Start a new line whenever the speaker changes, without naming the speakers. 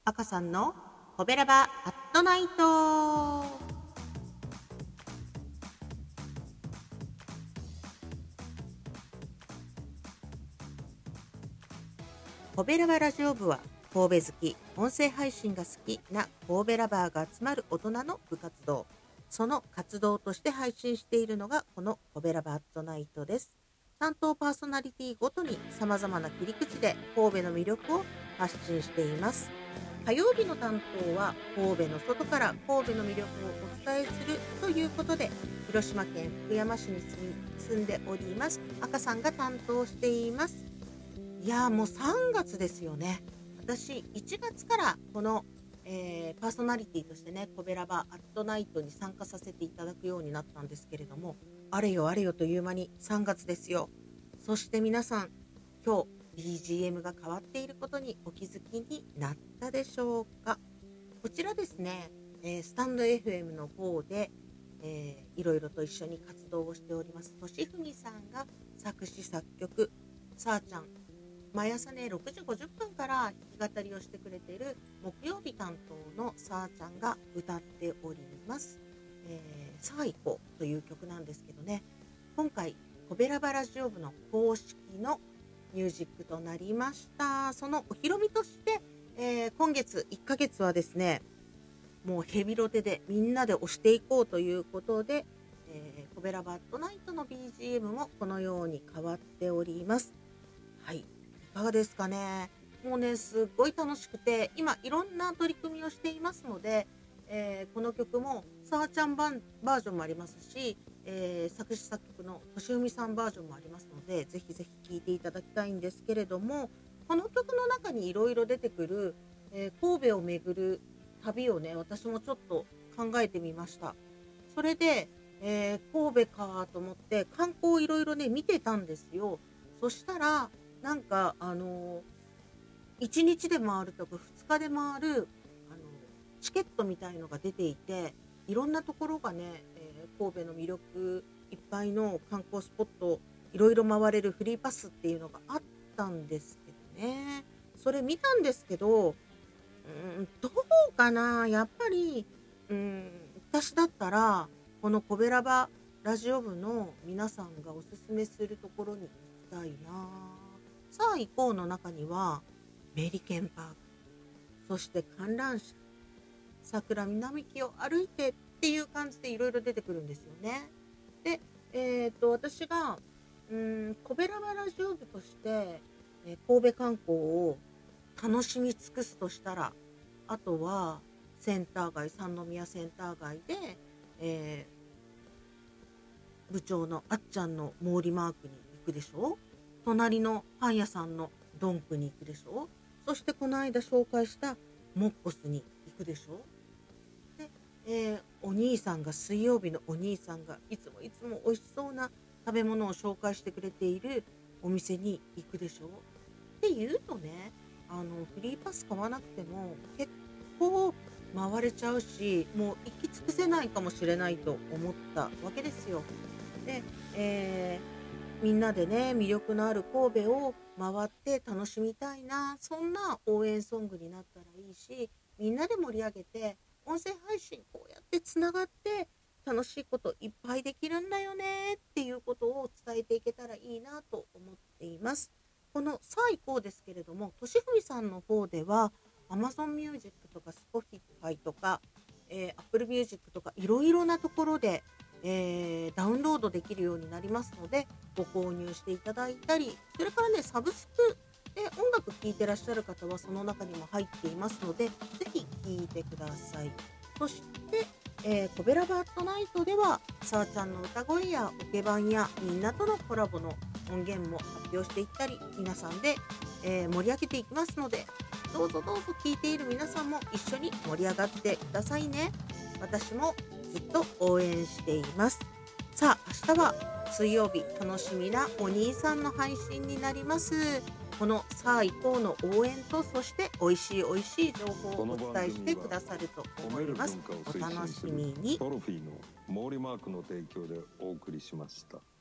赤さんのコベラバアットナイト。コベラバラジオ部は神戸好き、音声配信が好きな神戸ラバーが集まる大人の部活動。その活動として配信しているのがこのコベラバアットナイトです。担当パーソナリティごとに様々な切り口で神戸の魅力を発信しています。火曜日の担当は神戸の外から神戸の魅力をお伝えするということで、広島県福山市に住んでおります赤さんが担当しています。いやーもう3月ですよね。私1月からこの、パーソナリティとしてね、コベラバアットナイトに参加させていただくようになったんですけれども、あれよあれよという間に3月ですよ。そして皆さん、今日 BGM が変わっていることにお気づきになったでしょうか。こちらですね、スタンド FM の方で、いろいろと一緒に活動をしておりますとしふみさんが作詞作曲、さあちゃん毎朝ね6時50分から弾き語りをしてくれている木曜日担当のさあちゃんが歌っております。さあ行こうという曲なんですけどね、今回コベラバラジオ部の公式のミュージックとなりました。そのお披露目として、今月1ヶ月はですね、もうヘビロテでみんなで押していこうということで、コベラバットナイトの BGM もこのように変わっております。はい、いかがですかね。もうねすっごい楽しくて、今いろんな取り組みをしていますので、この曲もさあちゃんバージョンもありますし、作詞作曲のとしふみさんバージョンもありますので、ぜひぜひ聴いていただきたいんですけれども、この曲の中にいろいろ出てくる、神戸を巡る旅をね、私もちょっと考えてみました。それで、神戸かと思って観光いろいろね見てたんですよ。そしたらなんか1日で回るとか2日で回るチケットみたいのが出ていて、いろんなところがね、神戸の魅力いっぱいの観光スポットいろいろ回れるフリーパスっていうのがあったんですけどね、それ見たんですけど、どうかな、やっぱり私だったらこのコベラバラジオ部の皆さんがおすすめするところに行きたいな。さあ行こうの中にはメリケンパーク、そして観覧車、桜南木を歩いてっていう感じでいろいろ出てくるんですよね。で、私がコベラバラジオ部として、神戸観光を楽しみ尽くすとしたら、あとはセンター街、三宮センター街で、部長のあっちゃんの毛利マークに行くでしょ。隣のパン屋さんのドンクに行くでしょ。そしてこの間紹介したモッコスに行くでしょ。で、お兄さんが水曜日のお兄さんがいつも美味しそうな食べ物を紹介してくれているお店に行くでしょ。っていうとね、フリーパス買わなくても結構回れちゃうし、もう行き尽くせないかもしれないと思ったわけですよ。で、みんなでね魅力のある神戸を回って楽しみたいな、そんな応援ソングになったらいいし、みんなで盛り上げて音声配信こうやってつながって楽しいこといっぱいできるんだよねっていうことを伝えていけたらいいなと思っています。このさあ行こうですけれども、としふみさんの方では Amazon Music とか Spotify とか、Apple Music とかいろいろなところで、ダウンロードできるようになりますので、ご購入していただいたり、それからねサブスクで音楽聴いてらっしゃる方はその中にも入っていますので、ぜひ聴いてください。そして、コベラバットナイトではさあちゃんの歌声やオケ版やみんなとのコラボの音源も発表していったり、皆さんで、盛り上げていきますので、どうぞ聴いている皆さんも一緒に盛り上がってくださいね。私もずっと応援しています。さあ明日は水曜日、楽しみなお兄さんの配信になります。このさあ行こうの応援と、そして美味しい情報をお伝えしてくださると思います。お楽しみに。
トロフィーの毛利マークの提供でお送りしました。